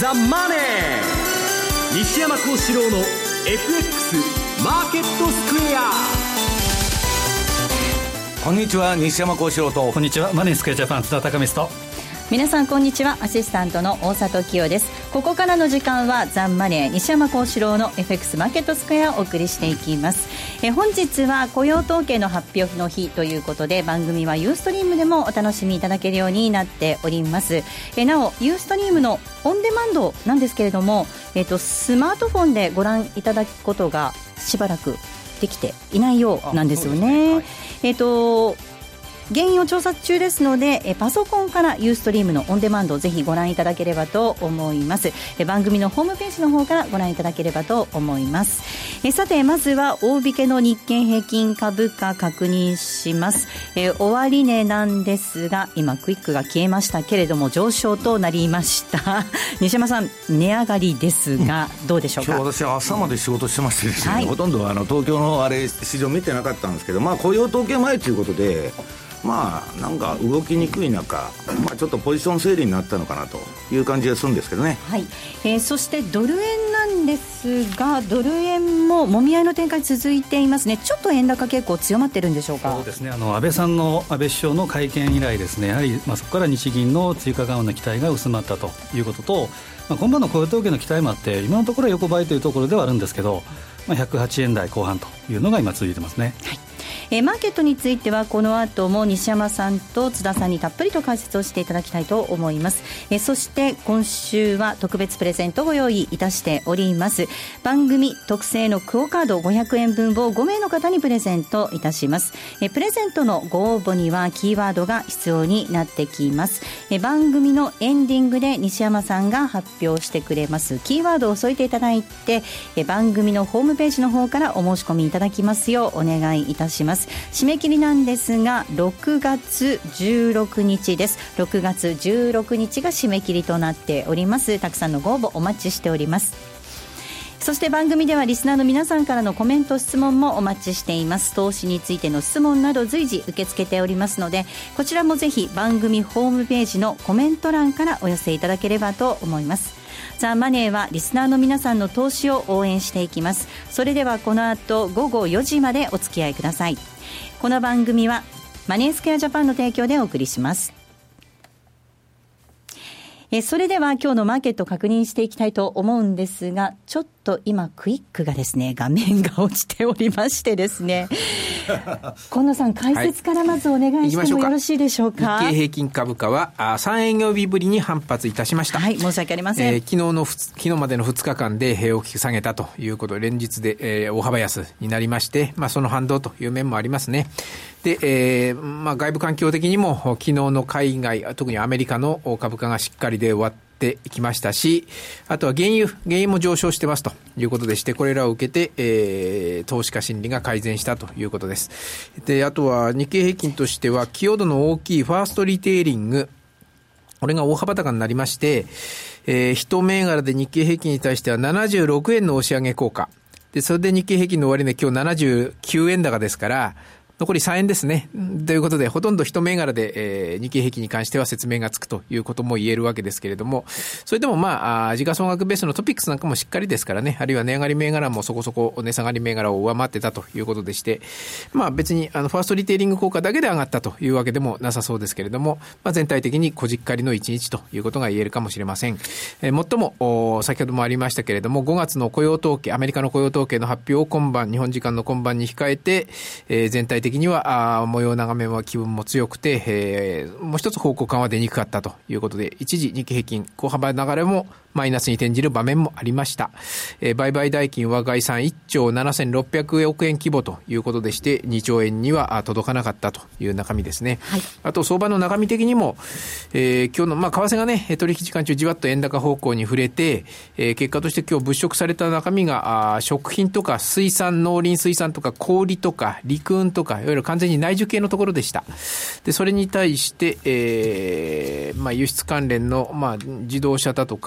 ザ・マネー。西山孝四郎の FX マーケットスクエア。 こんにちは、西山孝四郎と。 こんにちは、マネースクエアジャパン津田隆光と。 皆さんこんにちは、アシスタントの大里清です。ここからの時間はザ・マネー西山孝四郎の FX マーケットスクエアをお送りしていきます。本日は雇用統計の発表の日ということで、番組はユーストリームでもお楽しみいただけるようになっております。なおユーストリームのオンデマンドなんですけれども、スマートフォンでご覧いただくことがしばらくできていないようなんですよね。原因を調査中ですので、パソコンからユーストリームのオンデマンドをぜひご覧いただければと思います。番組のホームページの方からご覧いただければと思います。さて、まずは大引けの日経平均株価確認します。終値なんですが、今クイックが消えましたけれども上昇となりました西山さん、値上がりですがどうでしょうか。 今日私朝まで仕事してましてですね、ほとんど東京の市場見てなかったんですけど、雇用統計前ということでなんか動きにくい中、ちょっとポジション整理になったのかなという感じがするんですけどね。 はい。そしてドル円なんですが、ドル円ももみ合いの展開続いていますね。ちょっと円高傾向強まってるんでしょうか。 そうですね、安倍首相の会見以来ですね、やはりそこから日銀の追加緩和の期待が薄まったということと、今晩の雇用統計の期待もあって、今のところは横ばいというところではあるんですけど、108円台後半というのが今続いてますね。 はい。マーケットについてはこの後も西山さんと津田さんにたっぷりと解説をしていただきたいと思います。そして今週は特別プレゼントをご用意いたしております。番組特製のクオカード500円分を5名の方にプレゼントいたします。プレゼントのご応募にはキーワードが必要になってきます。番組のエンディングで西山さんが発表してくれますキーワードを添えていただいて、番組のホームページの方からお申し込みいただきますようお願いいたします。締め切りなんですが6月16日です。6月16日が締め切りとなっております。たくさんのご応募お待ちしております。そして番組ではリスナーの皆さんからのコメント質問もお待ちしています。投資についての質問など随時受け付けておりますので、こちらもぜひ番組ホームページのコメント欄からお寄せいただければと思います。ザ・マネーはリスナーの皆さんの投資を応援していきます。それではこの後午後4時までお付き合いください。この番組はマネースクエアジャパンの提供でお送りします。それでは今日のマーケットを確認していきたいと思うんですが、ちょっと今クイックがですね、画面が落ちておりましてですね今野さん、解説からまずお願いしてもよろしいでしょうか。 日経平均株価は3営業日ぶりに反発いたしました。 はい、申し訳ありません。 昨日までの2日間で大きく下げたということで、連日で大幅安になりまして、その反動という面もありますね。で、外部環境的にも昨日の海外、特にアメリカの株価がしっかりで終わっていきましたし、あとは原油も上昇してますということでして、これらを受けて、投資家心理が改善したということです。で、あとは日経平均としては寄与度の大きいファーストリテイリング、これが大幅高になりまして、一銘柄で日経平均に対しては76円の押し上げ効果で、それで日経平均の終値今日79円高ですから、残り3円ですね。ということで、ほとんど一銘柄で、日経平均に関しては説明がつくということも言えるわけですけれども、それでも時価総額ベースのトピックスなんかもしっかりですからね、あるいは値上がり銘柄もそこそこ値下がり銘柄を上回ってたということでして、別にファーストリテイリング効果だけで上がったというわけでもなさそうですけれども、全体的にこじっかりの一日ということが言えるかもしれません。もっとも、先ほどもありましたけれども、5月の雇用統計、アメリカの雇用統計の発表を今晩、日本時間の今晩に控えて、全体的には模様長めは気分も強くて、もう一つ方向感は出にくかったということで、一時日経平均小幅流れもマイナスに転じる場面もありました。売買代金は概算1兆7600億円規模ということでして、2兆円には届かなかったという中身ですね。はい、あと相場の中身的にも、今日の為替がね、取引時間中じわっと円高方向に触れて、結果として今日物色された中身が食品とか水産、農林水産とか小売とか陸運とか、いわゆる完全に内需系のところでした。で、それに対して、輸出関連の、自動車だとか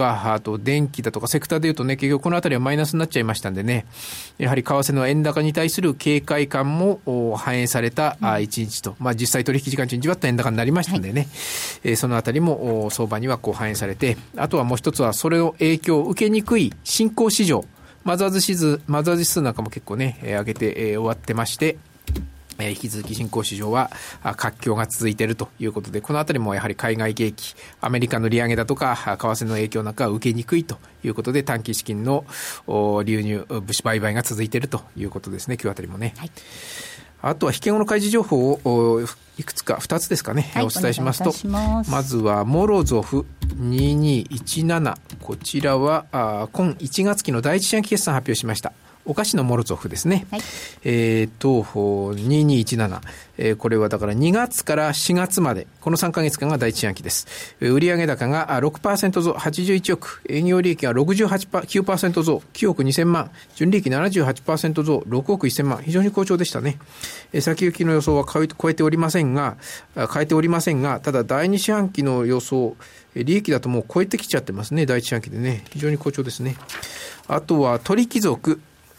と電気だとかセクターでいうとね、結局このあたりはマイナスになっちゃいましたんでね、やはり為替の円高に対する警戒感も反映された1日と、実際取引時間中にじわっと円高になりましたんでね、そのあたりも相場には反映されて、あとはもう一つはそれを影響を受けにくい新興市場、マザーズ指数なんかも結構ね、上げて終わってまして、引き続き新興市場は活況が続いているということで、このあたりもやはり海外景気、アメリカの利上げだとか為替の影響なんかは受けにくいということで、短期資金の流入、物資売買が続いているということですね、今日あたりもね。あとは引け後の開示情報をいくつか2つですかね、お伝えしますと、まずはモロゾフ2217、こちらは今1月期の第一四半期決算発表しました。お菓子のモロゾフですね。2217、これはだから2月から4月まで、この3ヶ月間が第一四半期です。売上高が 6% 増81億、営業利益が 9% 増9億2000万、純利益 78% 増6億1000万、非常に好調でしたね。先行きの予想は変えておりませんが、ただ第二四半期の予想、利益だともう超えてきちゃってますね、第一四半期でね。非常に好調ですね。あとは鳥貴族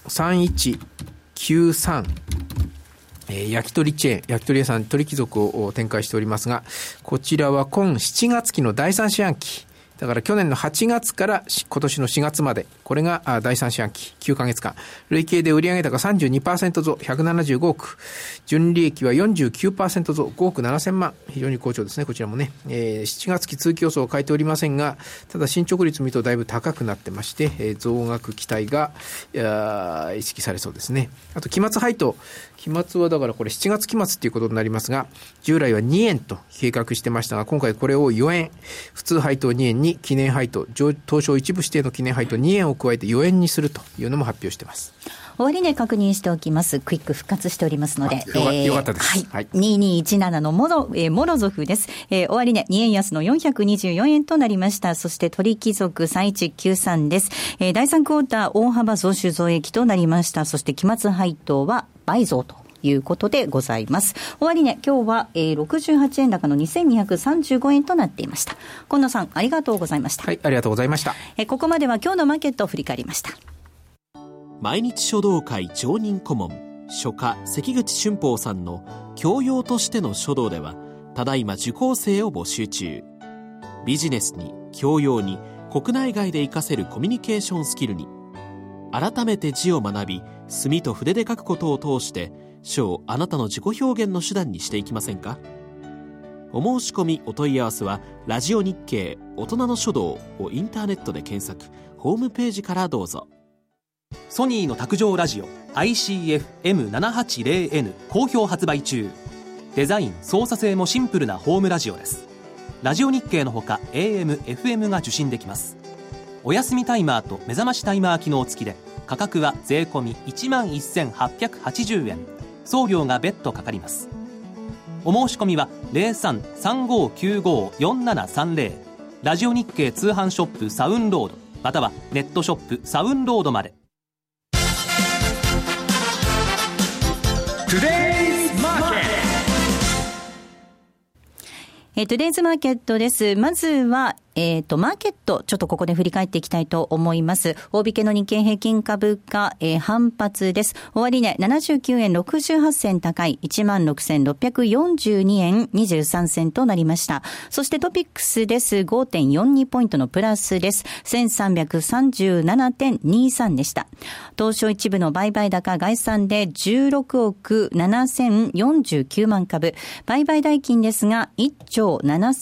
3193、焼き鳥チェーン、焼き鳥屋さん、鳥貴族を展開しておりますが、こちらは今7月期の第3四半期、だから去年の8月から今年の4月まで、これが第3四半期9ヶ月間、累計で売上高 32% 増175億、純利益は 49% 増5億7000万、非常に好調ですね、こちらもね。7月期通期予想を変えておりませんが、ただ進捗率見るとだいぶ高くなってまして、増額期待が意識されそうですね。あと期末配当、期末はだからこれ7月期末っていうことになりますが、従来は2円と計画してましたが、今回これを4円、普通配当2円に記念配当、東証一部指定の記念配当2円を加えて4円にするというのも発表しています。 終値確認しておきます。クイック復活しておりますので、 よかったです。 はい、2217のモロゾフです。終値2円安の424円となりました。そして鳥貴族3193です。第3クォーター大幅増収増益となりました。そして期末配当は倍増ということでございます。終値今日は68円高の2235円となっていました。近藤さん、ありがとうございました。 はい、ありがとうございました。 ここまでは今日のマーケットを振り返りました。 毎日書道会常任顧問書家関口俊宝さんの教養としての書道では、ただいま受講生を募集中。ビジネスに教養に国内外で活かせるコミュニケーションスキルに、改めて字を学び、墨と筆で書くことを通して書をあなたの自己表現の手段にしていきませんか。お申し込みお問い合わせはラジオ日経大人の書道をインターネットで検索、ホームページからどうぞ。ソニーの卓上ラジオ ICF-M780N 好評発売中。デザイン操作性もシンプルなホームラジオです。ラジオ日経のほか AM、FM が受信できます。お休みタイマーと目覚ましタイマー機能付きで、価格は税込み 11,880 円、送料が別途かかります。お申し込みは 03-3595-4730 ラジオ日経通販ショップサウンロード、またはネットショップサウンロードまで。 トゥデイズマーケットです。まずはマーケット、ちょっとここで振り返っていきたいと思います。大引けの日経平均株価、反発です。終値79円68銭高い 16,642 円23銭となりました。そしてトピックスです。 5.42 ポイントのプラスです。 1337.23 でした。東証一部の売買高概算で16億7049万株、売買代金ですが1兆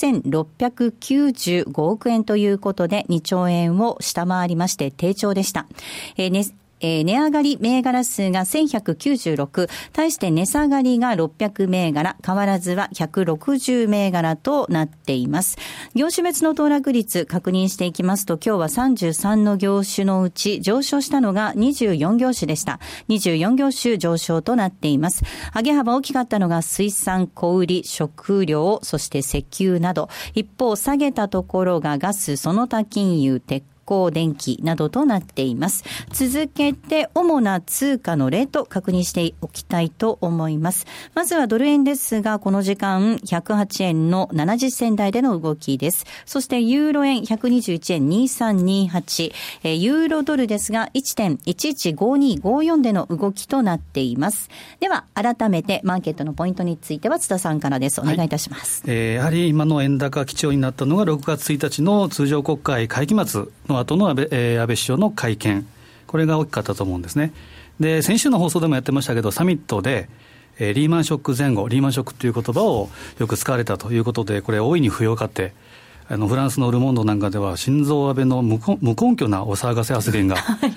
7695億円ということで2兆円を下回りまして低調でした。値上がり銘柄数が1196、対して値下がりが600銘柄、変わらずは160銘柄となっています。業種別の騰落率確認していきますと、今日は33の業種のうち上昇したのが24業種でした。24業種上昇となっています。上げ幅大きかったのが水産、小売、食料、そして石油など。一方下げたところがガス、その他金融、鉄鋼、 光電気などとなっています。続けて主な通貨のレート確認しておきたいと思います。まずはドル円ですが、この時間108円の70銭台での動きです。そしてユーロ円121円2328、ユーロドルですが 1.115254 での動きとなっています。では改めてマーケットのポイントについては津田さんからです。お願いいたします。 やはり今の円高基調になったのが6月1日の通常国会会期末の後の安倍首相の会見、これが大きかったと思うんですね。で、先週の放送でもやってましたけど、サミットでリーマンショック前後、リーマンショックという言葉をよく使われたということで、これ大いに不要かってフランスのルモンドなんかでは新蔵安倍の無根拠なお騒がせ発言が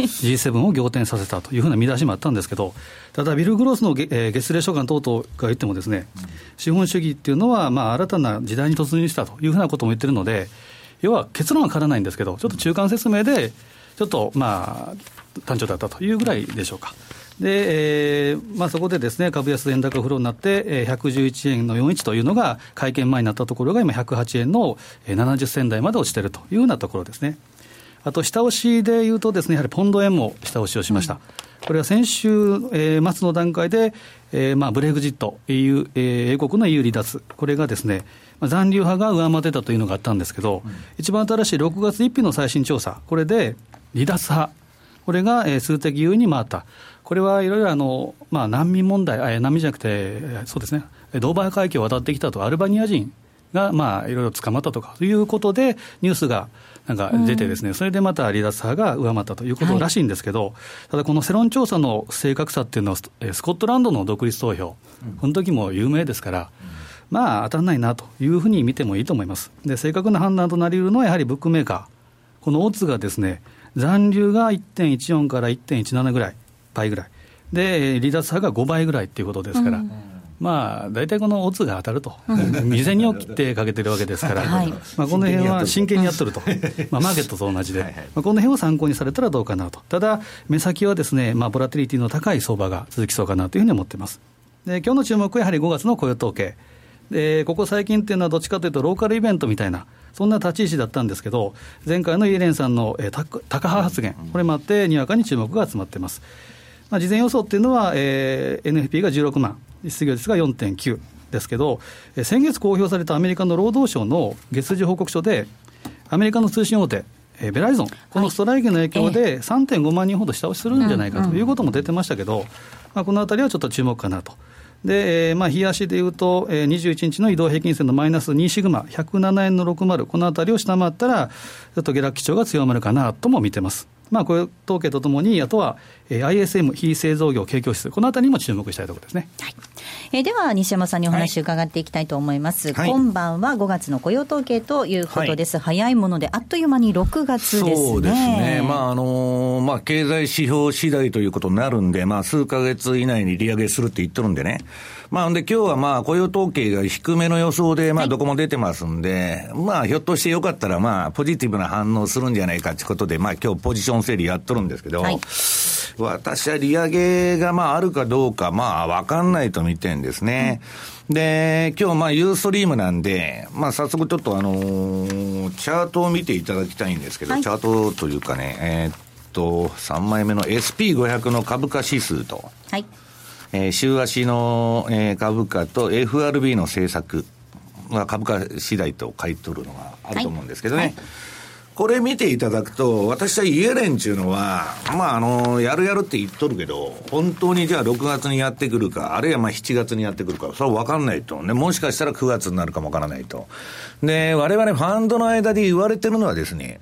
G7 を仰天させたというふうな見出しもあったんですけど、ただビル・グロスの月例書簡等々が言ってもですね、資本主義っていうのは新たな時代に突入したというふうなことも言ってるので、要は結論は変わらないんですけど、ちょっと中間説明でちょっと単調だったというぐらいでしょうか。で、そこでですね、株安円高フローになって111円の41というのが会見前になったところが今108円の70銭台まで落ちているというようなところですね。あと下押しでいうとですね、やはりポンド円も下押しをしました。これは先週末の段階でブレグジット EU、英国の EU 離脱、これがですね、残留派が上回ってたというのがあったんですけど、一番新しい6月1日の最新調査、これで離脱派、これが数的優位に回った。これはいろいろ難民問題、難民じゃなくて、そうですね、ドーバー海峡を渡ってきたとアルバニア人がいろいろ捕まったとかということでニュースがなんか出てですね、それでまた離脱派が上回ったということらしいんですけど、ただこの世論調査の正確さっていうのはスコットランドの独立投票、この時も有名ですから、当たらないなというふうに見てもいいと思います。で、正確な判断となり得るのはやはりブックメーカー、このオッズがですね、残留が 1.14 から 1.17 ぐらい倍ぐらいで、離脱派が5倍ぐらいということですから、大体このオッズが当たると未然に起きてかけてるわけですから、この辺は真剣にやっとるとマーケットと同じで、この辺を参考にされたらどうかなと。ただ目先はですね、ボラティリティの高い相場が続きそうかなというふうに思っています。で、今日の注目はやはり5月の雇用統計で、ここ最近っていうのはどっちかというとローカルイベントみたいな、そんな立ち位置だったんですけど、前回のイエレンさんのタカ派発言、これもあってにわかに注目が集まっています。事前予想っていうのは、NFP が16万、失業率が 4.9 ですけど、先月公表されたアメリカの労働省の月次報告書で、アメリカの通信大手ベライゾン、このストライキの影響で 3.5 万人ほど下押しするんじゃないかということも出てましたけど、このあたりはちょっと注目かなと。で、日足でいうと、21日の移動平均線のマイナス2シグマ107円の60、このあたりを下回ったらちょっと下落基調が強まるかなとも見てます。雇用統計とともに、あとは、ISM 非製造業景況指数、このあたりにも注目したいところですね。 では西山さんにお話を伺っていきたいと思います。今晩は5月の雇用統計ということです。早いものであっという間に6月ですね。 そうですね。経済指標次第ということになるんで、数ヶ月以内に利上げするって言ってるんでね。で今日は雇用統計が低めの予想でどこも出てますんで、ひょっとしてよかったらポジティブな反応するんじゃないかということで、今日ポジション整理やっとるんですけど、私は利上げがあるかどうか分かんないと見てるんですね。で、今日ユーストリームなんで、早速ちょっとチャートを見ていただきたいんですけど、チャートというかね、3枚目の SP500 の株価指数と、週足の株価と FRB の政策は株価次第と書いてるのがあると思うんですけどね。これ見ていただくと、私はイエレンっていうのは、やるって言っとるけど、本当にじゃあ6月にやってくるか、あるいは7月にやってくるか、それは分かんないと。ね、もしかしたら9月になるかも分からないと。で、我々ファンドの間で言われてるのはですね、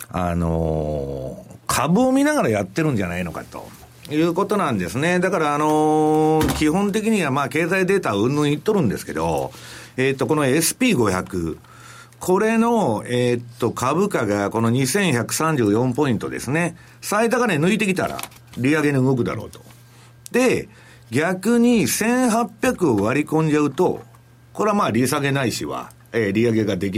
株を見ながらやってるんじゃないのかと。いうことなんですね。だから、基本的には経済データをうんぬん言っとるんですけど、この SP500、これの、株価がこの2134ポイントですね。最高値抜いてきたら、利上げに動くだろうと。で、逆に1800を割り込んじゃうと、これは利下げないしは、利上げができないと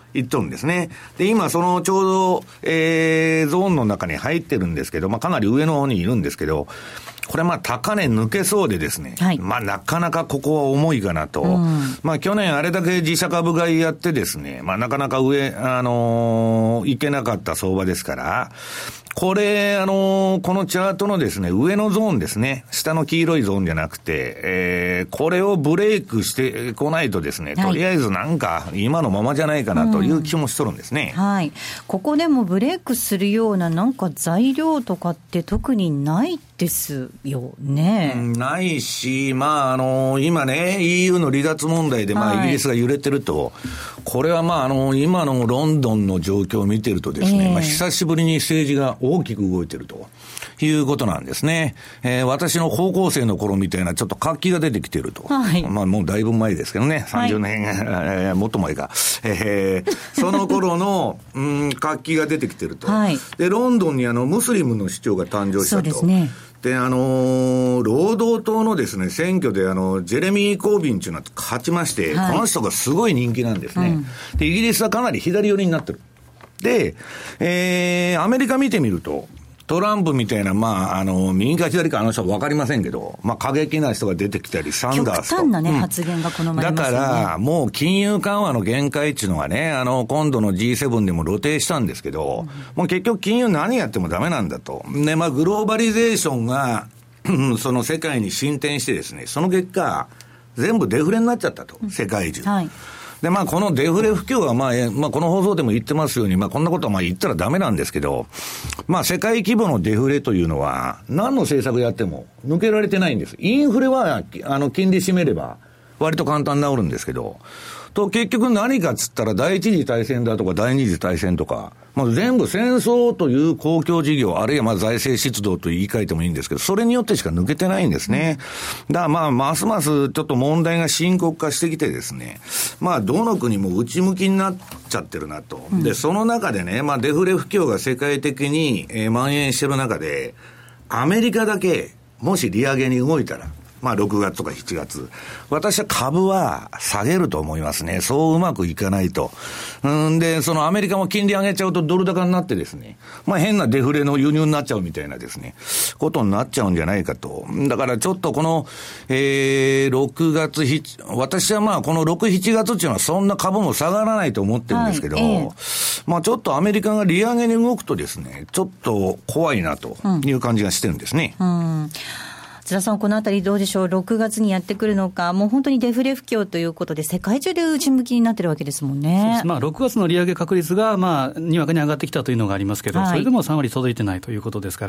言っとるんですね。で、今そのちょうど、ゾーンの中に入ってるんですけど、かなり上の方にいるんですけど、これ高値抜けそうでですね、はい、なかなかここは重いかなと。去年あれだけ自社株買いやってですね、なかなか上、いけなかった相場ですから、これ、このチャートのですね、上のゾーンですね、下の黄色いゾーンじゃなくて、これをブレイクしてこないとですね、とりあえず今のままじゃないかなという気もしとるんですね。 はい。ここでもブレイクするような材料とかって特にないですよね。 ないし、今ね、EU の離脱問題で、イギリスが揺れてると、これは今のロンドンの状況を見てるとですね、久しぶりに政治が大きく動いてるということなんですね。私の高校生の頃みたいなちょっと活気が出てきてると。はい、もうだいぶ前ですけどね、30年、もっと前か。その頃の、活気が出てきてると。はい、で、ロンドンにムスリムの首長が誕生したと。そうですね。で、労働党のですね、選挙でジェレミー・コービンっていうのは勝ちまして、はい、この人がすごい人気なんですね。で、イギリスはかなり左寄りになってる。で、アメリカ見てみると、トランプみたいな、右か左か人は分かりませんけど、過激な人が出てきたり、サンダースと。 極端なね、発言が好まれますよね。 だから、もう金融緩和の限界っていうのがね、今度の G7 でも露呈したんですけど、もう結局金融何やってもダメなんだと。で、グローバリゼーションが、その世界に進展してですね、その結果、全部デフレになっちゃったと、世界中。はい。で、このデフレ不況は、この放送でも言ってますように、こんなことは言ったらダメなんですけど、世界規模のデフレというのは、何の政策やっても抜けられてないんです。インフレは、金利締めれば、割と簡単に治るんですけど、結局何かっつったら、第一次大戦だとか、第二次大戦とか、全部戦争という公共事業、あるいは財政出動と言い換えてもいいんですけど、それによってしか抜けてないんですね。だからますますちょっと問題が深刻化してきてですね、どの国も内向きになっちゃってるなと。で、その中でね、デフレ不況が世界的に、蔓延してる中で、アメリカだけ、もし利上げに動いたら、6月とか7月。私は株は下げると思いますね。そううまくいかないと。で、そのアメリカも金利上げちゃうとドル高になってですね。変なデフレの輸入になっちゃうみたいなですね。ことになっちゃうんじゃないかと。だからちょっとこの、6月、私はこの6、7月っていうのはそんな株も下がらないと思ってるんですけど、ちょっとアメリカが利上げに動くとですね、ちょっと怖いなという感じがしてるんですね。 津田さん、このあたりどうでしょう。6月にやってくるのか、もう本当にデフレ不況ということで世界中で内向きになってるわけですもんね。 そうです。6月の利上げ確率がにわかに上がってきたというのがありますけど、それでも3割届いてないということですから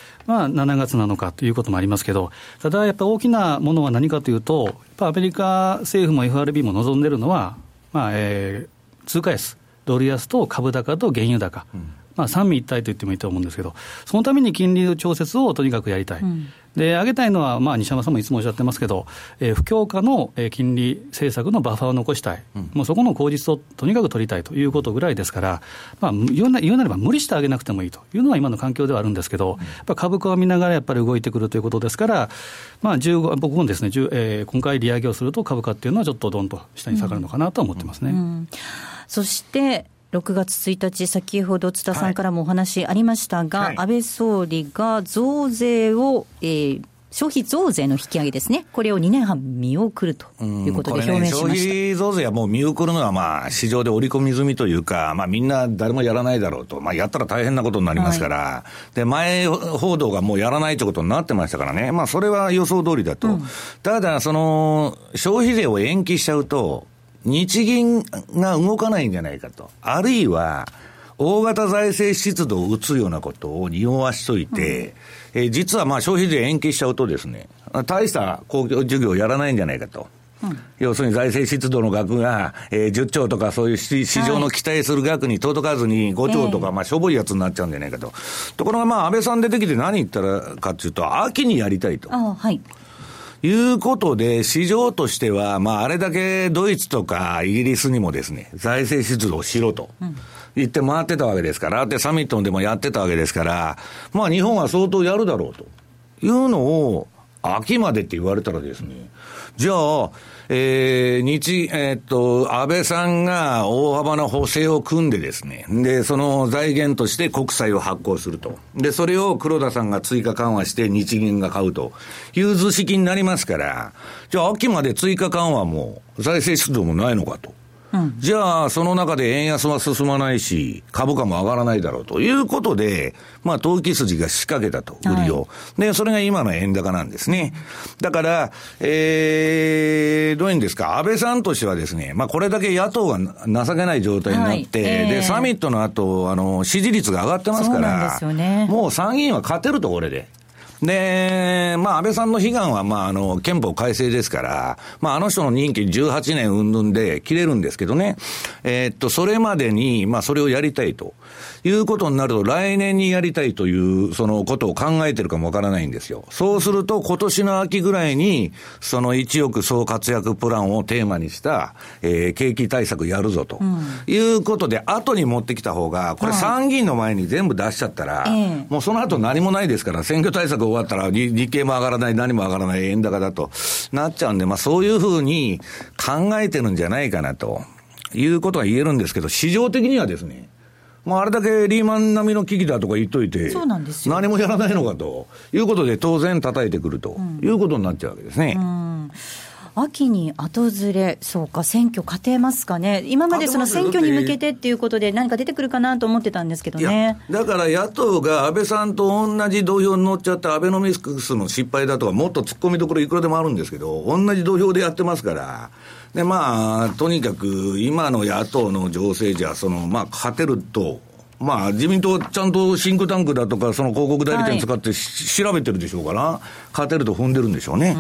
、7月なのかということもありますけど、ただやっぱ大きなものは何かというと、やっぱアメリカ政府も FRB も望んでるのは、通貨安、ドル安と株高と原油高、三位一体と言ってもいいと思うんですけど、そのために金利の調節をとにかくやりたい。で、上げたいのは、西山さんもいつもおっしゃってますけど、不況下の金利政策のバッファーを残したい。もうそこの口実をとにかく取りたいということぐらいですから、言うなれば無理して上げなくてもいいというのは今の環境ではあるんですけど、やっぱ株価を見ながらやっぱり動いてくるということですから、僕もですね、今回利上げをすると株価っていうのはちょっとどんと下に下がるのかなと思ってますね。 そして6月1日、先ほど津田さんからもお話ありましたが、安倍総理が増税を、消費増税の引き上げですね、これを2年半見送るということで表明しました。 消費増税はもう見送るのは市場で織り込み済みというか、みんな誰もやらないだろうと、やったら大変なことになりますから、で前報道がもうやらないということになってましたからね、それは予想通りだと。ただその消費税を延期しちゃうと日銀が動かないんじゃないかと、あるいは大型財政出動を打つようなことを匂わしといて、実は消費税延期しちゃうとですね、大した公共事業をやらないんじゃないかと。要するに財政出動の額が、10兆とかそういう市場の期待する額に届かずに5兆とか、しょぼいやつになっちゃうんじゃないかと。ところが安倍さん出てきて何言ったかというと、秋にやりたいと。いうことで、市場としては、あれだけドイツとかイギリスにもですね、財政出動しろと言って回ってたわけですから、で、サミットでもやってたわけですから、日本は相当やるだろうというのを、秋までって言われたらですね、 じゃあ、安倍さんが大幅な補正を組んでですね、で、その財源として国債を発行すると。で、それを黒田さんが追加緩和して日銀が買うという図式になりますから、じゃあ秋まで追加緩和も財政出動もないのかと。じゃあ、その中で円安は進まないし、株価も上がらないだろうということで、まあ、投機筋が仕掛けたと、売りを。で、それが今の円高なんですね。だから、どういうんですか、安倍さんとしてはですね、まあ、これだけ野党が情けない状態になって、で、サミットの後、支持率が上がってますから、 そうなんですよね、 もう参議院は勝てると、これで。で、まあ、安倍さんの悲願は、まあ、憲法改正ですから、まあ、あの人の任期18年云々で切れるんですけどね。それまでに、まあ、それをやりたいということになると、来年にやりたいという、そのことを考えてるかもわからないんですよ。そうすると、今年の秋ぐらいに、その1億総活躍プランをテーマにした、景気対策やるぞと、いうことで、後に持ってきた方が、これ参議院の前に全部出しちゃったら、もうその後何もないですから、選挙対策終わったら日経も上がらない、何も上がらない、円高だとなっちゃうんで、まあそういうふうに考えてるんじゃないかなということが言えるんですけど、市場的にはですね、まああれだけリーマン並みの危機だとか言っといて、何もやらないのかということで当然叩いてくるということになっちゃうわけですね。 秋に後ずれ、そうか、選挙勝てますかね。今までその選挙に向けてっていうことで何か出てくるかなと思ってたんですけどね。 だから野党が安倍さんと同じ土俵に乗っちゃったアベノミクスの失敗だとか、もっと突っ込みどころいくらでもあるんですけど、同じ土俵でやってますから、で、まあ、とにかく今の野党の情勢じゃ、まあ、勝てると、まあ、自民党ちゃんとシンクタンクだとか、その広告代理店使って、調べてるでしょうから、勝てると踏んでるんでしょうね。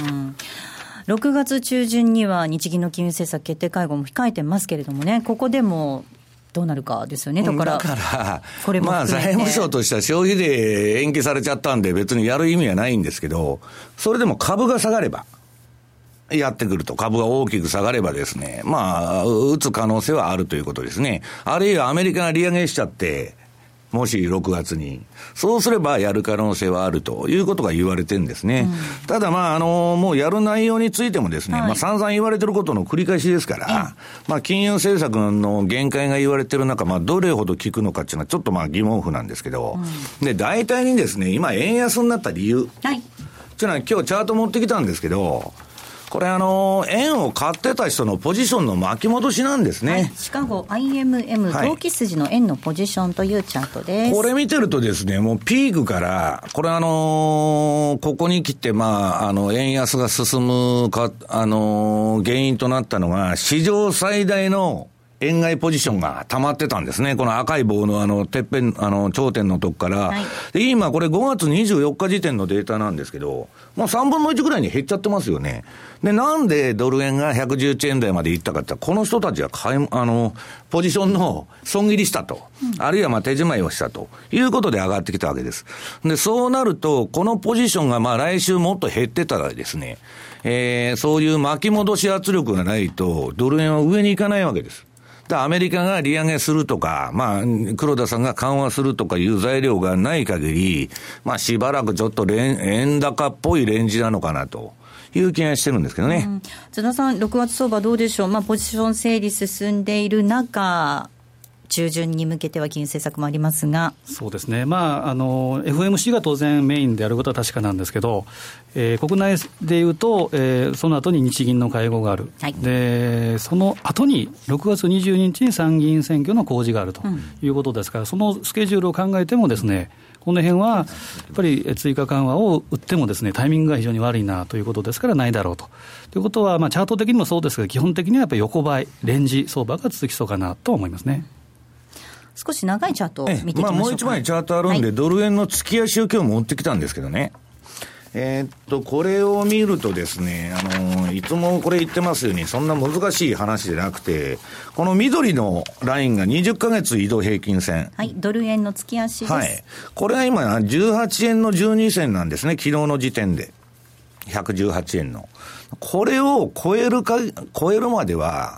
6月中旬には日銀の金融政策決定会合も控えてますけれどもね、ここでもどうなるかですよね。だからこれもまあ財務省としては消費税延期されちゃったんで別にやる意味はないんですけど、それでも株が下がればやってくると、株が大きく下がればですね、まあ打つ可能性はあるということですね。あるいはアメリカが利上げしちゃって、もし6月にそうすればやる可能性はあるということが言われてるんですね。ただまあもうやる内容についてもですね、まあ散々言われてることの繰り返しですから、まあ金融政策の限界が言われてる中、まあどれほど効くのかっていうのはちょっとまあ疑問符なんですけど、で大体にですね、今円安になった理由、っていうのは今日チャート持ってきたんですけど、これ円を買ってた人のポジションの巻き戻しなんですね。 シカゴ IMM 投機筋の円のポジションというチャートです。 これ見てるとですね、もうピークから、これここに来て、まあ、円安が進むか、原因となったのが、史上最大の円買いポジションが溜まってたんですね。この赤い棒のてっぺん、頂点のとこから。で、今これ5月24日時点のデータなんですけど、もう3分の1ぐらいに減っちゃってますよね。で、なんでドル円が111円台まで行ったかって、この人たちはポジションの損切りしたと。あるいはまあ手仕舞いをしたということで上がってきたわけです。で、そうなると、このポジションがまあ来週もっと減ってたらですね、そういう巻き戻し圧力がないと、ドル円は上に行かないわけです。アメリカが利上げするとか、まあ、黒田さんが緩和するとかいう材料がない限り、まあ、しばらくちょっと円高っぽいレンジなのかなという気がしてるんですけどね。 津田さん、6月相場どうでしょう。まあ、ポジション整理進んでいる中、中旬に向けては金融政策もありますが。 そうですね、まあ、FOMC が当然メインであることは確かなんですけど、国内でいうと、その後に日銀の会合がある、でその後に6月22日に参議院選挙の公示があるということですから、そのスケジュールを考えてもですね、この辺はやっぱり追加緩和を打ってもですね、タイミングが非常に悪いなということですからないだろうと。ということは、まあ、チャート的にもそうですが、基本的にはやっぱり横ばいレンジ相場が続きそうかなと思いますね。 少し長いチャートを見ていきましょうか。 もう一枚チャートあるんで、ドル円の月足を今日持ってきたんですけどね。これを見るとですね、いつもこれ言ってますように、そんな難しい話じゃなくて、この緑のラインが20ヶ月移動平均線。 はい、ドル円の月足です。はい。 これが今、18円の12銭なんですね、昨日の時点で。118円の。これを超えるまでは、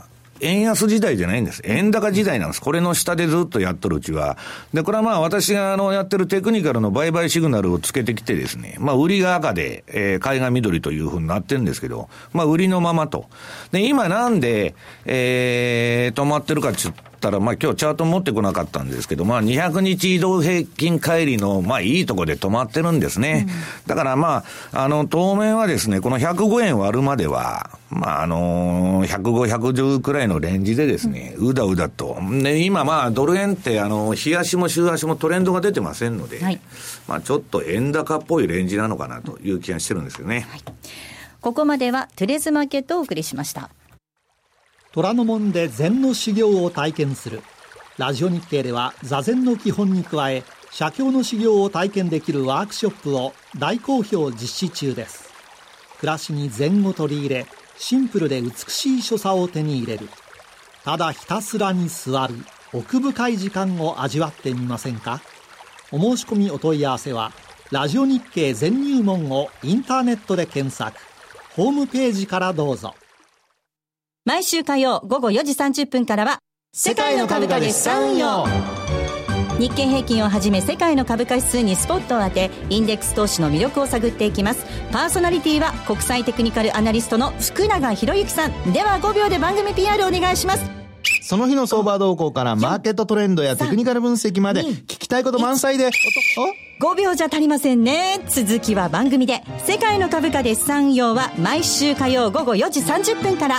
円安時代じゃないんです。円高時代なんです。これの下でずっとやっとるうちは。で、これはまあ私がやってるテクニカルの売買シグナルをつけてきてですね、まあ売りが赤で、買いが緑という風になってるんですけど、まあ売りのままと。で、今なんで、止まってるかって言ったら、まあ今日チャート持ってこなかったんですけど、まあ200日移動平均帰りの、まあいいとこで止まってるんですね。だからまあ、当面はですね、この105円割るまでは、まあ105、110くらいのレンジでですね、うだうだと。で、今まあドル円って日足も週足もトレンドが出てませんので、はい、まあちょっと円高っぽいレンジなのかなという気がしてるんですよね。 はい、ここまではトゥデズマーケットをお送りしました。 虎ノ門で禅の修行を体験する。ラジオ日経では座禅の基本に加え、写経の修行を体験できるワークショップを大好評実施中です。暮らしに禅を取り入れ、シンプルで美しい所作を手に入れる。ただひたすらに座る奥深い時間を味わってみませんか。お申し込みお問い合わせはラジオ日経禅入門をインターネットで検索、ホームページからどうぞ。 毎週火曜午後4時30分からは世界の株価で資産運用。日経平均をはじめ世界の株価指数にスポットを当て、インデックス投資の魅力を探っていきます。パーソナリティは国際テクニカルアナリストの福永博之さん。では5秒で番組 PR お願いします。 その日の相場動向からマーケットトレンドやテクニカル分析まで聞きたいこと満載で、 5秒じゃ足りませんね。続きは番組で。世界の株価で資産運用は毎週火曜午後4時30分から。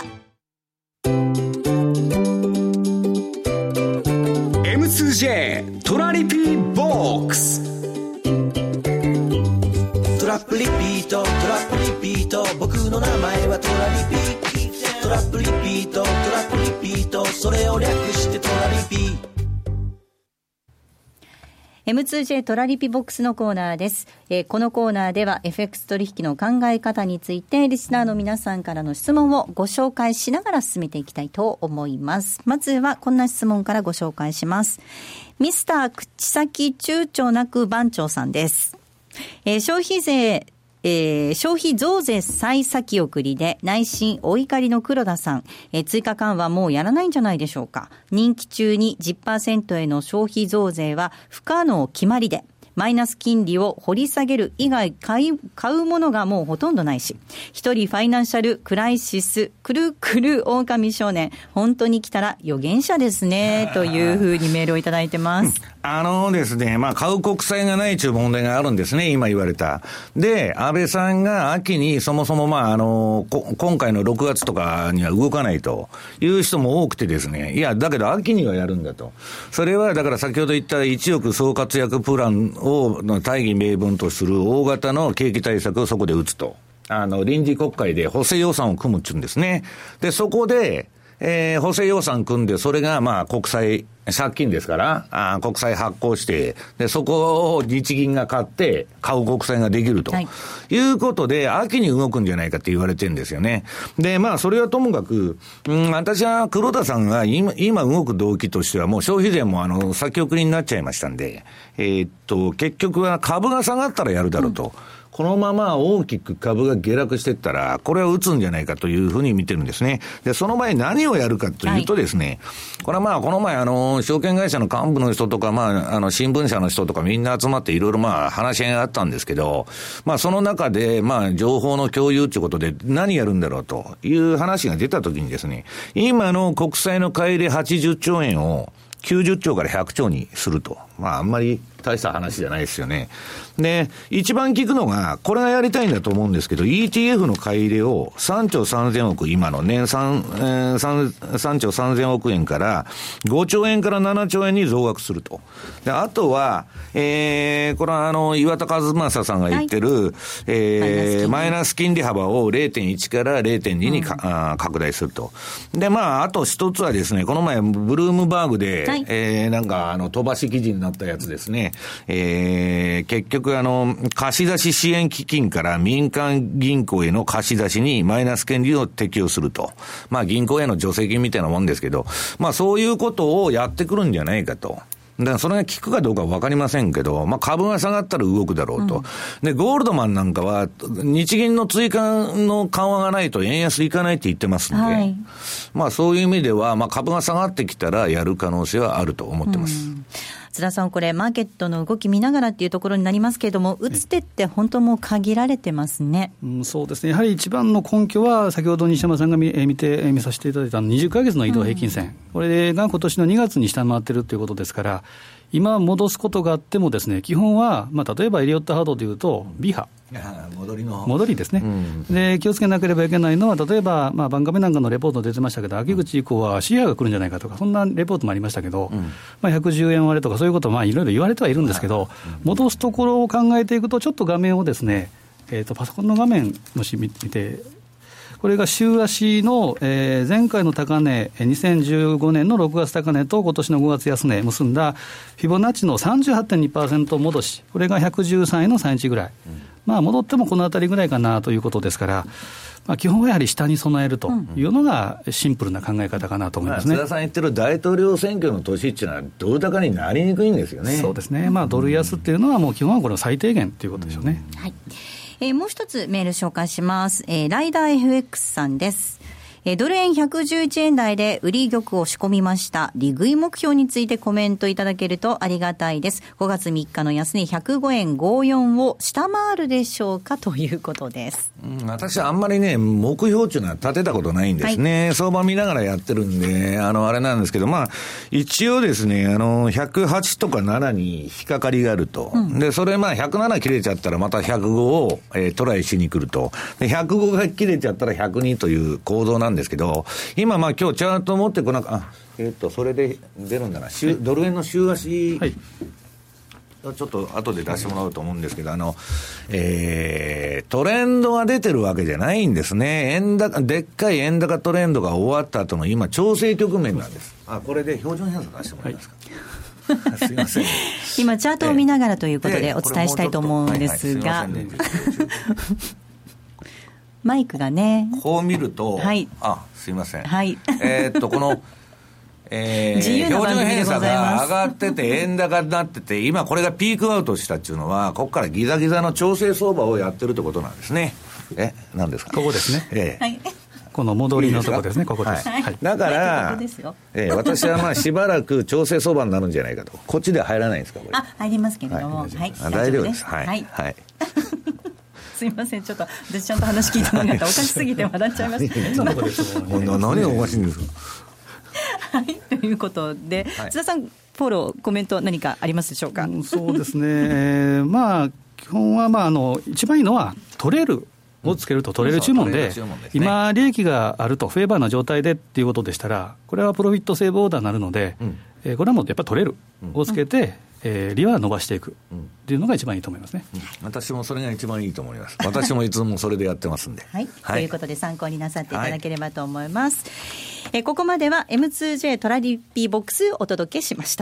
M2J トラリピーボックス。 トラップリピート、トラップリピート、僕の名前はトラリピ。トラップリピート、トラップリピート、それを略してトラリピ。 M2J トラリピボックスのコーナーです。このコーナーでは FX 取引の考え方についてリスナーの皆さんからの質問をご紹介しながら進めていきたいと思います。まずはこんな質問からご紹介します。ミスター口先躊躇なく番長さんです。消費増税再先送りで内心お怒りの黒田さん、追加緩和もうやらないんじゃないでしょうか。任期中に 10% への消費増税は不可能決まりで、マイナス金利を掘り下げる以外買うものがもうほとんどないし、一人ファイナンシャルクライシスくるくる狼少年、本当に来たら預言者ですねというふうにメールをいただいてます。 ですね、まあ買う国債がないという問題があるんですね、今言われた。で、安倍さんが秋にそもそもまあ今回の6月とかには動かないという人も多くてですね、いやだけど秋にはやるんだと。それはだから先ほど言った1億総活躍プランを大義名分とする大型の景気対策をそこで打つと。臨時国会で補正予算を組むっていうんですね。で、そこで、補正予算組んで、それがまあ国債、借金ですから、国債発行して、で、そこを日銀が買って、買う国債ができると。いうことで、秋に動くんじゃないかって言われてるんですよね。で、まあ、それはともかく、私は黒田さんが今動く動機としては、もう消費税も先送りになっちゃいましたんで、結局は株が下がったらやるだろうと。このまま大きく株が下落していったら、これは打つんじゃないかというふうに見てるんですね。で、その前に何をやるかというとですね、これはまあ、この前証券会社の幹部の人とか、まあ、新聞社の人とかみんな集まっていろいろまあ、話し合いがあったんですけど、まあ、その中で、まあ、情報の共有ということで何やるんだろうという話が出たときにですね、今の国債の買い入れ80兆円を90兆から100兆にすると。まあ、あんまり大した話じゃないですよね。で、一番聞くのが、これがやりたいんだと思うんですけど、ETF の買い入れを3兆3000億、今の年3兆3000億円から5兆円から7兆円に増額すると。で、あとは、これは岩田和正さんが言ってる、マイナス金利幅を 0.1 から 0.2 に拡大すると。で、まあ、あと一つはですね、この前、ブルームバーグで、なんか、飛ばし記事になったやつですね。結局貸し出し支援基金から民間銀行への貸し出しにマイナス金利を適用すると。まあ銀行への助成金みたいなもんですけど、まあそういうことをやってくるんじゃないかと。 だからそれが効くかどうかは分かりませんけど、まあ、株が下がったら動くだろうと、でゴールドマンなんかは日銀の追加の緩和がないと円安いかないって言ってますんで、まあ、そういう意味では、まあ、株が下がってきたらやる可能性はあると思ってます。 津田さん、これマーケットの動き見ながらっていうところになりますけれども、打つ手って本当もう限られてますね。 そうですね、やはり一番の根拠は先ほど西山さんが見させていただいた20ヶ月の移動平均線、これが今年の2月に下回ってるということですから、今戻すことがあってもですね、基本は、まあ、例えばエリオットハードでいうと B 波戻りですね、で気をつけなければいけないのは、例えば、まあ、番組なんかのレポート出てましたけど、秋口以降は C 波が来るんじゃないかとか、そんなレポートもありましたけど、まあ、110円割れとかそういうことをいろいろ言われてはいるんですけど、戻すところを考えていくと、ちょっと画面をですね、パソコンの画面もし見て、これが週足の、前回の高値、2015年の6月高値と今年の5月安値結んだフィボナッチの 38.2% 戻し、これが113円の3一ぐらい、まあ、戻ってもこのあたりぐらいかなということですから、まあ、基本はやはり下に備えるというのがシンプルな考え方かなと思いますね。 津田さん言ってる大統領選挙の年っていうのはドル高になりにくいんですよね。 そうですね、まあ、ドル安っていうのはもう基本はこれ最低限ということでしょうね。 はい。もう一つメール紹介します。ライダー FX さんです。ドル円111円台で売り玉を仕込みました。利食い目標についてコメントいただけるとありがたいです。5月3日の安値105円54を下回るでしょうかということです。 私はあんまりね、目標っていうのは立てたことないんですね。相場見ながらやってるんで、あれなんですけど、まあ、一応ですね、108とか7に引っかかりがあると。で、それまあ107切れちゃったらまた105を、トライしに来ると。で、105が切れちゃったら102という構造なんですけど、今まあ今日チャート持ってこなかそれで出るんだな、ドル円の週足、はい、ちょっと後で出してもらおうと思うんですけど、トレンドが出てるわけじゃないんですね。でっかい円高トレンドが終わった後の今調整局面なんです。これで標準偏差出してもらえますか、はい、すいません今チャートを見ながらということでお伝えしたいと思うんですが、マイクがね、 こう見ると、 はい、 すいません、 はい、 この、標準偏差が上がってて円高になってて、今これがピークアウトしたっていうのは、ここからギザギザの調整相場をやってるってことなんですね。何ですか、 ここですね、 はい、 この戻りのところですね、ここです、 はいはい、だから、私はまあしばらく調整相場になるんじゃないかと。こっちで入らないんですか、これ。 入りますけれども、はい、 大丈夫です。はい、はいはいすいません、ちょっと私ちゃんと話聞いてなかった。おかしすぎて笑っちゃいました何がおかしいんですかはい、ということで、津田さん、フォローコメント何かありますでしょうか。 そうですね、まあ基本は一番いいのはトレールをつけると、トレール注文で、今利益があるとフェーバーな状態でっていうことでしたら、これはプロフィットセーブオーダーになるので、これはもうやっぱりトレールをつけて、利は伸ばしていくっていうのが一番いいと思いますね。 私もそれが一番いいと思います。私もいつもそれでやってますんではい、ということで参考になさっていただければと思います、ここまでは M2J トラリピボックスお届けしました。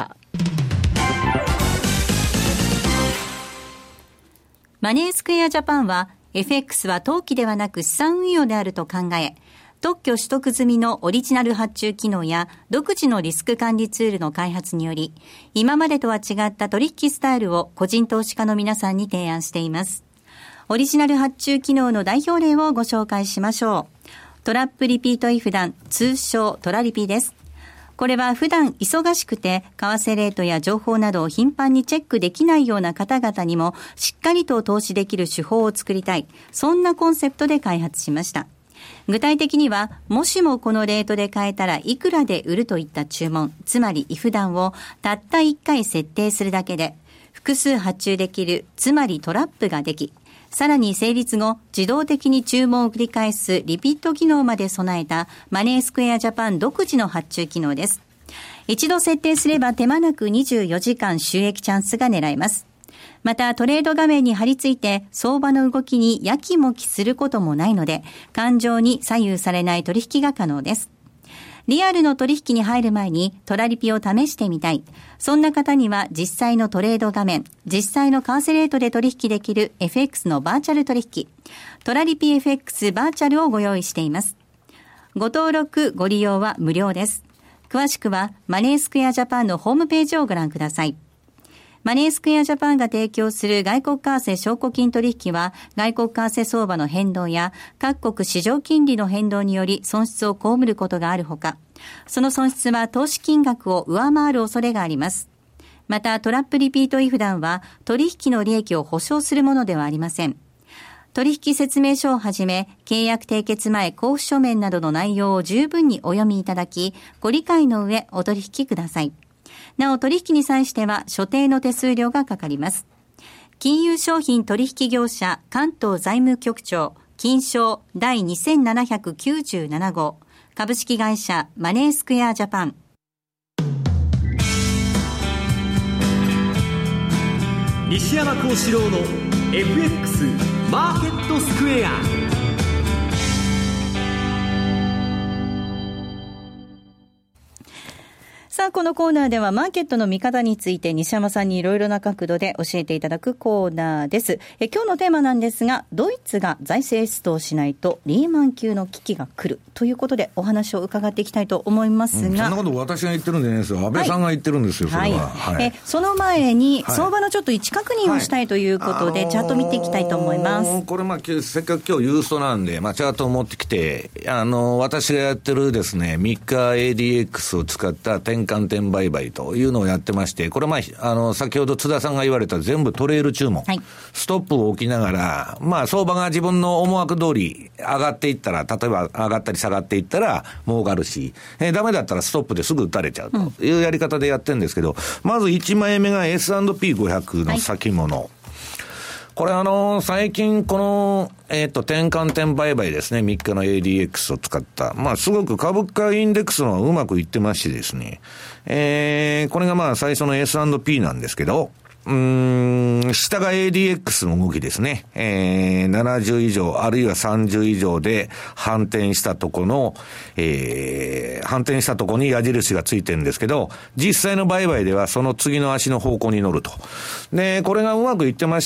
マネースクエアジャパンは FX は投機ではなく資産運用であると考え、特許取得済みのオリジナル発注機能や独自のリスク管理ツールの開発により、今までとは違った取引スタイルを個人投資家の皆さんに提案しています。オリジナル発注機能の代表例をご紹介しましょう。トラップリピートイフダン、通称トラリピです。これは普段忙しくて為替レートや情報などを頻繁にチェックできないような方々にもしっかりと投資できる手法を作りたい、そんなコンセプトで開発しました。具体的には、もしもこのレートで買えたらいくらで売るといった注文、つまりイフダンをたった1回設定するだけで複数発注できる、つまりトラップができ、さらに成立後自動的に注文を繰り返すリピット機能まで備えたマネースクエアジャパン独自の発注機能です。一度設定すれば手間なく24時間収益チャンスが狙えます。またトレード画面に貼り付いて相場の動きにやきもきすることもないので、感情に左右されない取引が可能です。リアルの取引に入る前にトラリピを試してみたい、そんな方には実際のトレード画面、実際の為替レートで取引できる FX のバーチャル取引、トラリピ FX バーチャルをご用意しています。ご登録ご利用は無料です。 詳しくはマネースクエアジャパンのホームページをご覧ください。マネースクエアジャパンが提供する外国為替証拠金取引は、外国為替相場の変動や各国市場金利の変動により損失を被ることがあるほか、その損失は投資金額を上回る恐れがあります。またトラップリピート違反団は取引の利益を保証するものではありません。取引説明書をはじめ、契約締結前交付書面などの内容を十分にお読みいただき、ご理解の上お取引ください。なお取引に際しては所定の手数料がかかります。金融商品取引業者関東財務局長金商第2797号株式会社マネースクエアジャパン。 西山幸四郎の FX マーケットスクエア。 さあ、このコーナーではマーケットの見方について西山さんにいろいろな角度で教えていただくコーナーです。今日のテーマなんですが、ドイツが財政出動しないとリーマン級の危機が来るということでお話を伺っていきたいと思いますが、 そんなこと私が言ってるんじゃないですよ。安倍さんが言ってるんですよ、それは。 はい。その前に相場のちょっと位置確認をしたいということで、チャート見ていきたいと思います。 これせっかく今日ユーストなんで、チャートを持ってきて、私がやってるですね、3日 ADX を使った転換点売買というのをやってまして、これ先ほど津田さんが言われた全部トレール注文、はい、ストップを置きながら、相場が自分の思惑通り上がっていったら、例えば上がったり下がっていったら儲かるし、ダメだったらストップですぐ打たれちゃうというやり方でやってるんですけど、まず1枚目が S&P500 の先物、はい、これ最近この、転換点売買ですね、3日の ADX を使った。すごく株価インデックスのうまくいってましてですね、これが最初の S&P なんですけど、下が ADX の動きですね。70以上、あるいは30以上で反転したとこの、反転したとこに矢印がついてるんですけど、実際の売買ではその次の足の方向に乗ると。で、これがうまくいってまして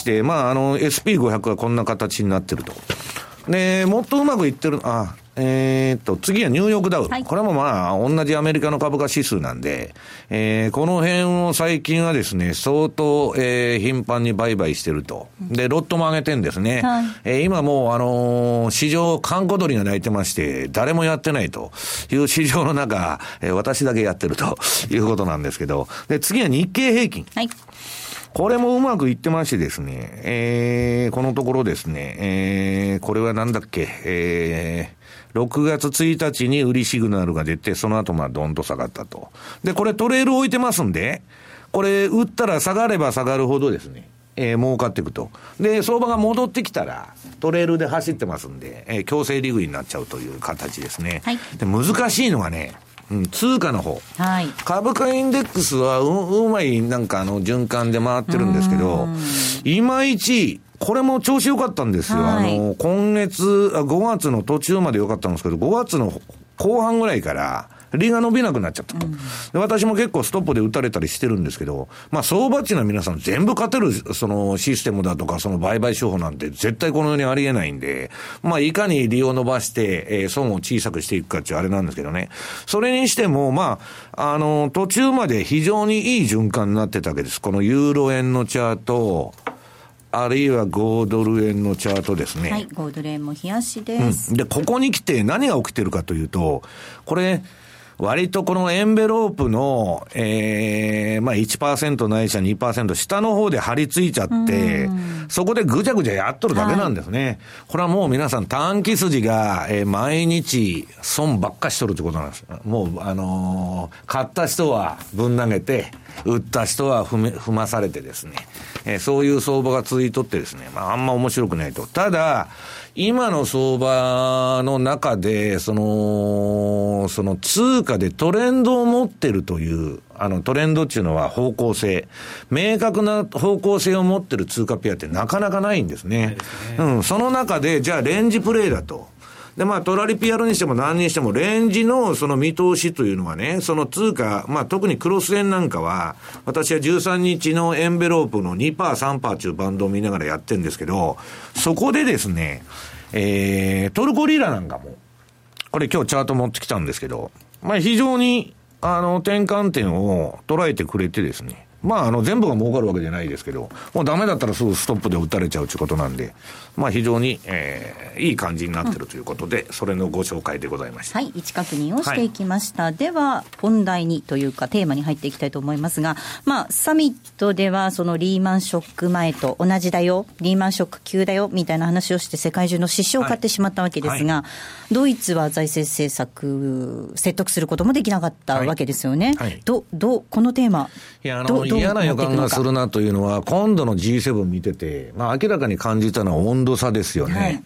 、SP500 はこんな形になってると。で、もっとうまくいってる、次はニューヨークダウ。はい、これも同じアメリカの株価指数なんで、この辺を最近はですね、相当、頻繁に売買してると。で、ロットも上げてんですね。はい、今もう、市場、閑古鳥が鳴いてまして、誰もやってないという市場の中、私だけやってるということなんですけど、で、次は日経平均。はい、これもうまくいってましてですね、このところですね、これはなんだっけ、6月1日に売りシグナルが出て、その後ドンと下がったと。で、これトレール置いてますんで、これ売ったら下がれば下がるほどですね、儲かっていくと。で、相場が戻ってきたら、トレールで走ってますんで、強制利食いになっちゃうという形ですね。はい、で、難しいのがね、通貨の方、はい、株価インデックスはうまい循環で回ってるんですけど、いまいちこれも調子良かったんですよ。はい、5月の途中まで良かったんですけど、5月の後半ぐらいから利が伸びなくなっちゃったと。で、私も結構ストップで打たれたりしてるんですけど、相場っていうのは皆さん全部勝てるそのシステムだとかその売買手法なんて絶対この世にありえないんで、いかに利を伸ばして、損を小さくしていくかっていうあれなんですけどね。それにしても途中まで非常にいい循環になってたわけです。このユーロ円のチャート、あるいは5ドル円のチャートですね。 はい、5ドル円も冷やしです。 で、ここに来て何が起きてるかというと、これ、割とこのエンベロープの、1% ないしは 2% 下の方で張り付いちゃって、そこでぐちゃぐちゃやっとるだけなんですね。はい、これはもう皆さん短期筋が、毎日損ばっかしとるってことなんです。もう、買った人はぶん投げて、売った人は踏まされてですね、そういう相場が続いとってですね、あんま面白くないと。ただ、今の相場の中で、その通貨でトレンドを持ってるという、トレンドっていうのは方向性。明確な方向性を持ってる通貨ペアってなかなかないんですね。その中で、じゃあレンジプレイだと。で、トラリピやるにしても何にしても、レンジのその見通しというのはね、その通貨、特にクロス円なんかは、私は13日のエンベロープの 2%、3% というバンドを見ながらやってるんですけど、そこでですね、トルコリラなんかも、これ今日チャート持ってきたんですけど、非常に、 転換点を捉えてくれてですね、まあ、全部が儲かるわけじゃないですけど、もうダメだったらすぐストップで打たれちゃうということなんで、まあ、非常に、いい感じになってるということで、それのご紹介でございました。 はい、位置確認をしていきました。はい、では、本題にというか、テーマに入っていきたいと思いますが、まあ、サミットでは、そのリーマンショック前と同じだよ、リーマンショック級だよ、みたいな話をして、世界中の支持を買ってしまったわけですが、はい、ドイツは財政政策、説得することもできなかったわけですよね。はいはい、このテーマ、 嫌な予感がするなというのは、今度の G7 見てて、まあ、明らかに感じたのは温度差ですよね。はい、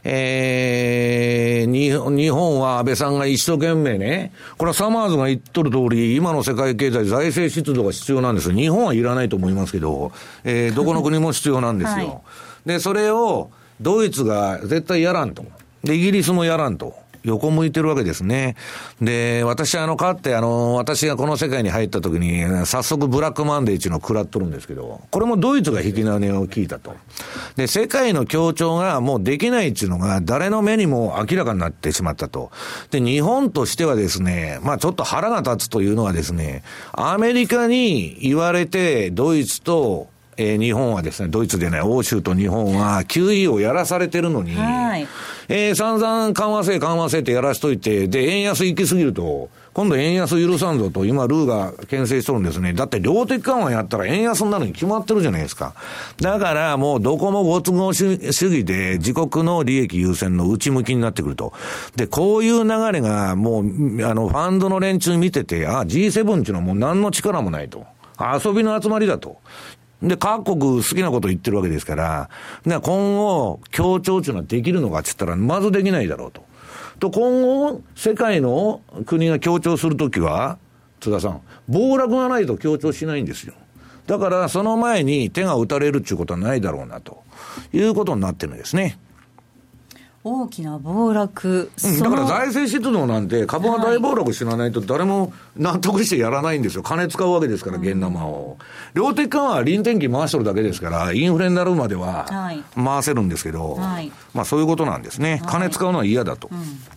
日本は安倍さんが一生懸命ね、これはサマーズが言っとる通り、今の世界経済、財政出動が必要なんですよ。日本はいらないと思いますけど、どこの国も必要なんですよ。はい、で、それをドイツが絶対やらんと。で、イギリスもやらんと。横向いてるわけですね。で、私かって、私がこの世界に入った時に、早速ブラックマンデーっていうのを食らっとるんですけど、これもドイツが引き金を聞いたと。で、世界の協調がもうできないっていうのが誰の目にも明らかになってしまったと。で、日本としてはですね、まあちょっと腹が立つというのはですね、アメリカに言われてドイツと日本はですね、ドイツでね、欧州と日本は QE をやらされてるのに、はい、散々緩和せってやらしといて、で、円安行き過ぎると、今度円安許さんぞと、今ルーが牽制しとるんですね。だって量的緩和やったら円安になるに決まってるじゃないですか。だからもうどこもご都合主義で自国の利益優先の内向きになってくると。で、こういう流れがもう、ファンドの連中見てて、G7 っていうのはもう何の力もないと。遊びの集まりだと。で、各国好きなこと言ってるわけですから、今後、協調っていうのはできるのかって言ったら、まずできないだろうと。今後、世界の国が協調するときは、津田さん、暴落がないと協調しないんですよ。だから、その前に手が打たれるっていうことはないだろうな、ということになってるんですね。 大きな暴落、 だから財政出動なんて株が大暴落しないと誰も納得してやらないんですよ。金使うわけですから、現生を。量的緩和は臨転機回しとるだけですから、インフレになるまでは回せるんですけど、はい、まあそういうことなんですね。金使うのは嫌だと。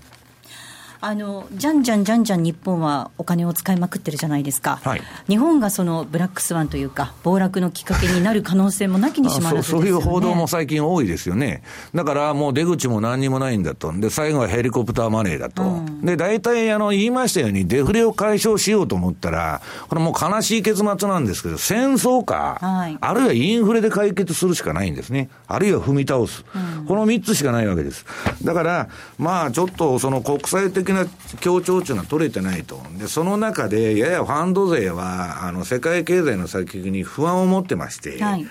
じゃんじゃん日本はお金を使いまくってるじゃないですか。はい、日本がそのブラックスワンというか暴落のきっかけになる可能性もなきにしもあらずですよね。そういう報道も最近多いですよね。だからもう出口も何にもないんだと。で、最後はヘリコプターマネーだと。で、大体言いましたようにデフレを解消しようと思ったら、これもう悲しい結末なんですけど、戦争か、はい、あるいはインフレで解決するしかないんですね。あるいは踏み倒す。この3つしかないわけです。だから、まあちょっとその国際的な協調というのは取れてないと。で、その中でややファンド勢は世界経済の先行きに不安を持ってまして、はい、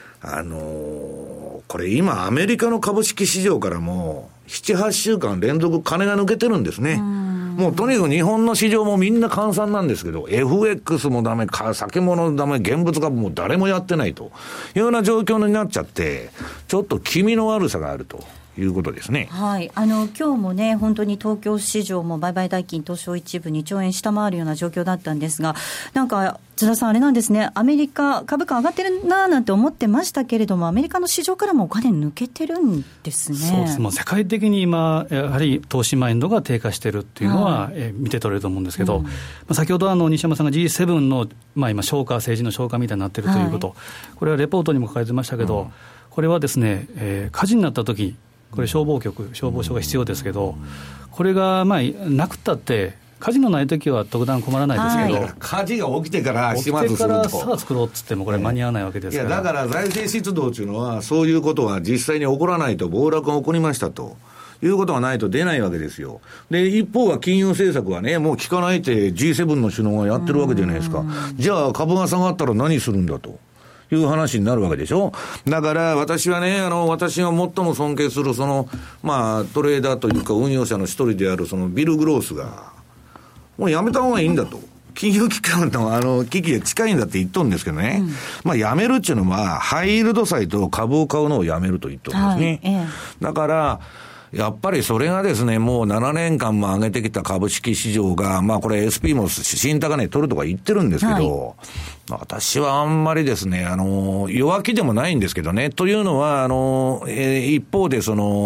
これ今アメリカの株式市場からも 7,8 週間連続金が抜けてるんですね。もうとにかく日本の市場もみんな換算なんですけど、 FX もダメ、先物ダメ、現物株も誰もやってないというような状況になっちゃって、ちょっと気味の悪さがあるということですね。 はい、今日もね、本当に東京市場も売買代金東証一部2兆円下回るような状況だったんですが、なんか津田さんあれなんですね、アメリカ株価上がってるななんて思ってましたけれども、アメリカの市場からもお金抜けてるんですね。 そうです。もう世界的に今やはり投資マインドが低下してるっていうのは、見て取れると思うんですけど、先ほど西山さんが G7 の、今消化、政治の消化みたいになってるということ、これはレポートにも書かれてましたけど、これはですね、火事になった時、これ消防署が必要ですけど、これがなくったって火事のないときは特段困らないですけど、 火事が起きてから始末すると、起きてからさあ作ろうっつってもこれ間に合わないわけですから、 いやだから財政出動というのはそういうことは実際に起こらないと、暴落が起こりましたということがないと出ないわけですよ。で、一方は金融政策はね、もう効かないって G7 の首脳がやってるわけじゃないですか。じゃあ株が下がったら何するんだという話になるわけでしょ。だから私はね、私が最も尊敬するトレーダーというか運用者の一人であるそのビル・グロースがもうやめた方がいいんだと、金融機関の危機が近いんだって言っとるんですけどね、やめるっていうのはハイイールド債と株を買うのをやめると言っとるんですね。だからやっぱりそれがですね、もう7年間も上げてきた株式市場が、まあこれ SP も新高値取るとか言ってるんですけど、私はあんまりですね、弱気でもないんですけどね、というのは、一方でラリ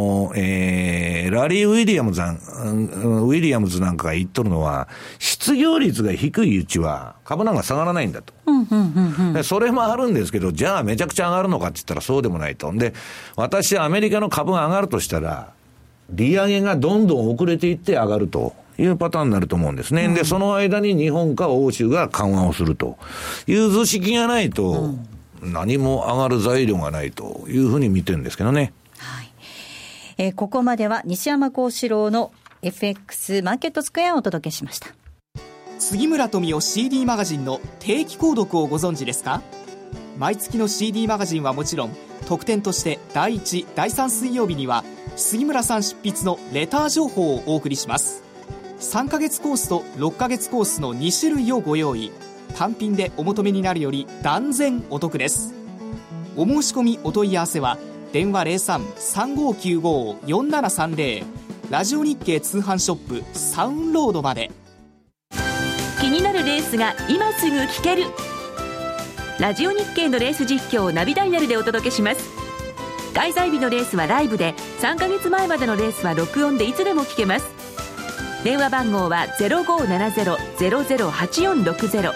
ー・ウィリアムズなんかが言っとるのは、失業率が低いうちは株なんか下がらないんだと。それもあるんですけど、じゃあめちゃくちゃ上がるのかって言ったらそうでもないと。で、私はアメリカの株が上がるとしたら、利上げがどんどん遅れていって上がるというパターンになると思うんですね。で、その間に日本か欧州が緩和をするという図式がないと、何も上がる材料がないというふうに見てるんですけどね。 はい。ここまでは西山幸四郎の FX マーケットスクエアをお届けしました。 杉村富夫 CD マガジンの定期購読をご存知ですか？毎月の CD マガジンはもちろん、特典として第1、第3水曜日には杉村さん執筆のレター情報をお送りします。3ヶ月コースと6ヶ月コースの2種類をご用意。単品でお求めになるより断然お得です。お申し込みお問い合わせは電話 03-3595-4730 ラジオ日経通販ショップサウンロードまで。 気になるレースが今すぐ聞ける。ラジオ日経のレース実況をナビダイヤルでお届けします。開催日のレースはライブで、3ヶ月前までのレースは録音でいつでも聞けます。電話番号は 0570-008460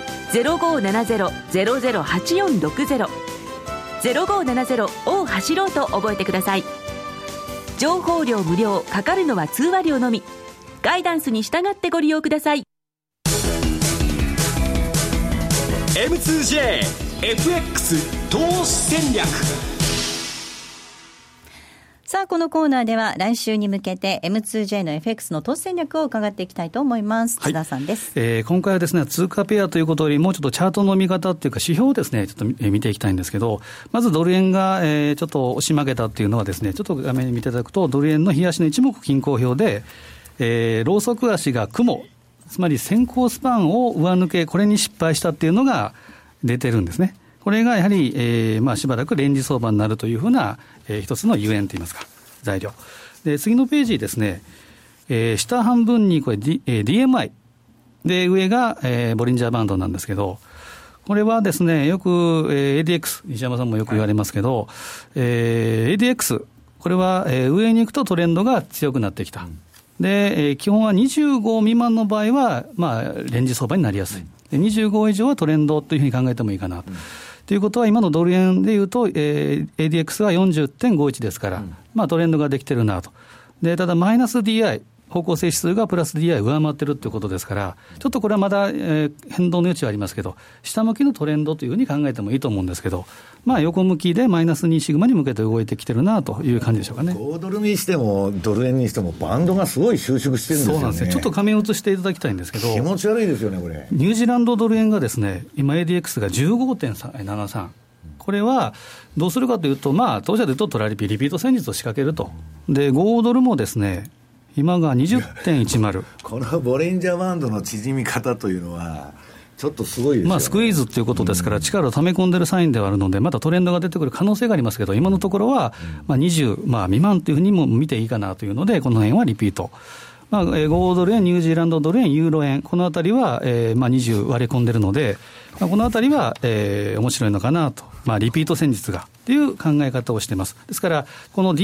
0570-008460 0570を走ろうと覚えてください。情報料無料、かかるのは通話料のみ。ガイダンスに従ってご利用ください。 M2J FX 投資戦略。 さあ、このコーナーでは来週に向けて M2J の FX の投資戦略を伺っていきたいと思います。津田さんです。 今回はですね、通貨ペアということよりもうちょっとチャートの見方っていうか指標をですね、ちょっと見ていきたいんですけど、まずドル円がちょっと押し曲げたっていうのはですね、ちょっと画面に見ていただくと、ドル円の日足の一目均衡表で、ローソク足が雲、つまり先行スパンを上抜け、これに失敗したっていうのが出てるんですね。これがやはり、しばらくレンジ相場になるというふうな、一つのゆえんといいますか、材料で、次のページですね、下半分にこれ、DMI で、上が、ボリンジャーバンドなんですけど、これはですね、よく、ADX、西山さんもよく言われますけど、ADX、これは、上に行くとトレンドが強くなってきた。で、基本は25未満の場合は、レンジ相場になりやすい。で、25以上はトレンドというふうに考えてもいいかなと。ということは、今のドル円でいうと、ADX は 40.51 ですから、トレンドができてるなと。で、ただ、マイナス DI、方向性指数がプラス DI 上回ってるということですから、ちょっとこれはまだ、変動の余地はありますけど、下向きのトレンドというふうに考えてもいいと思うんですけど、横向きでマイナス2シグマに向けて動いてきてるなという感じでしょうかね。 5ドルにしてもドル円にしてもバンドがすごい収縮してるんですよね。 そうなんですね。ちょっと画面を映していただきたいんですけど、 気持ち悪いですよね、これ。 ニュージーランドドル円がですね、今 ADX が 15.73、これはどうするかというと、当社でいうとトラリピ、リピート戦術を仕掛けると。で、5ドルもですね、今が 20.10 このボリンジャーバンドの縮み方というのはちょっとすごいですよね。 スクイーズということですから、力を溜め込んでるサインではあるので、またトレンドが出てくる可能性がありますけど、今のところは20、未満というふうにも見ていいかなというので、この辺はリピート。5ドル円、ニュージーランドドル円、ユーロ円、このあたりは20割り込んでるので、このあたりは面白いのかなと、リピート戦術がという考え方をしています。ですから、この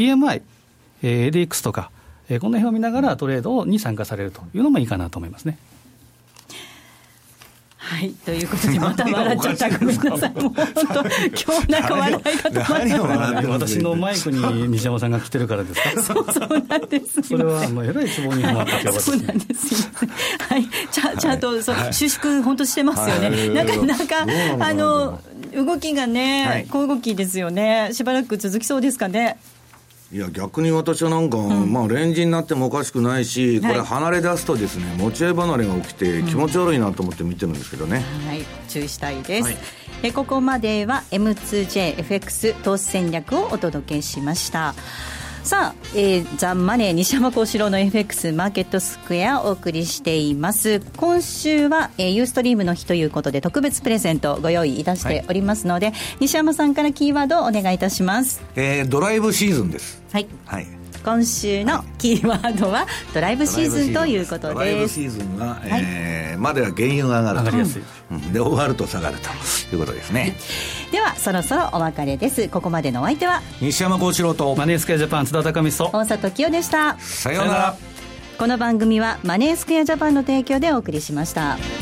DMI、ADX とか、この辺を見ながらトレードに参加されるというのもいいかなと思いますね。 はい、ということでまた笑っちゃった。ごめんなさい。もう本当今日なんか笑いが止まらない。 私のマイクに西山さんが来てるからですか。 そうなんです。 それはえらいツボにはまってきてます。 そうなんです。はい、ちゃんと収縮本当してますよね。なかなか動きがね、小動きですよね。しばらく続きそうですかね。 いや逆に私はなんか、レンジになってもおかしくないし、これ離れ出すとですね、持ち合い離れが起きて気持ち悪いなと思って見てるんですけどね。 はい、注意したいです。ここまでは M2JFX 投資戦略をお届けしました。さあ、ザ・マネー西山幸四郎の FX マーケットスクエアをお送りしています。今週は、ユーストリームの日ということで特別プレゼントをご用意いたしておりますので、西山さんからキーワードをお願いいたします。 ドライブシーズンです。 はい、 今週のキーワードはドライブシーズンということです。 ドライブシーズンは、までは原油が上がると、 上がりやすい、 で終わると下がるということですね。 ではそろそろお別れです。ここまでのお相手は西山幸四郎とマネースクエアジャパン津田隆美と大里清でした。 さようなら。 この番組はマネースクエアジャパンの提供でお送りしました。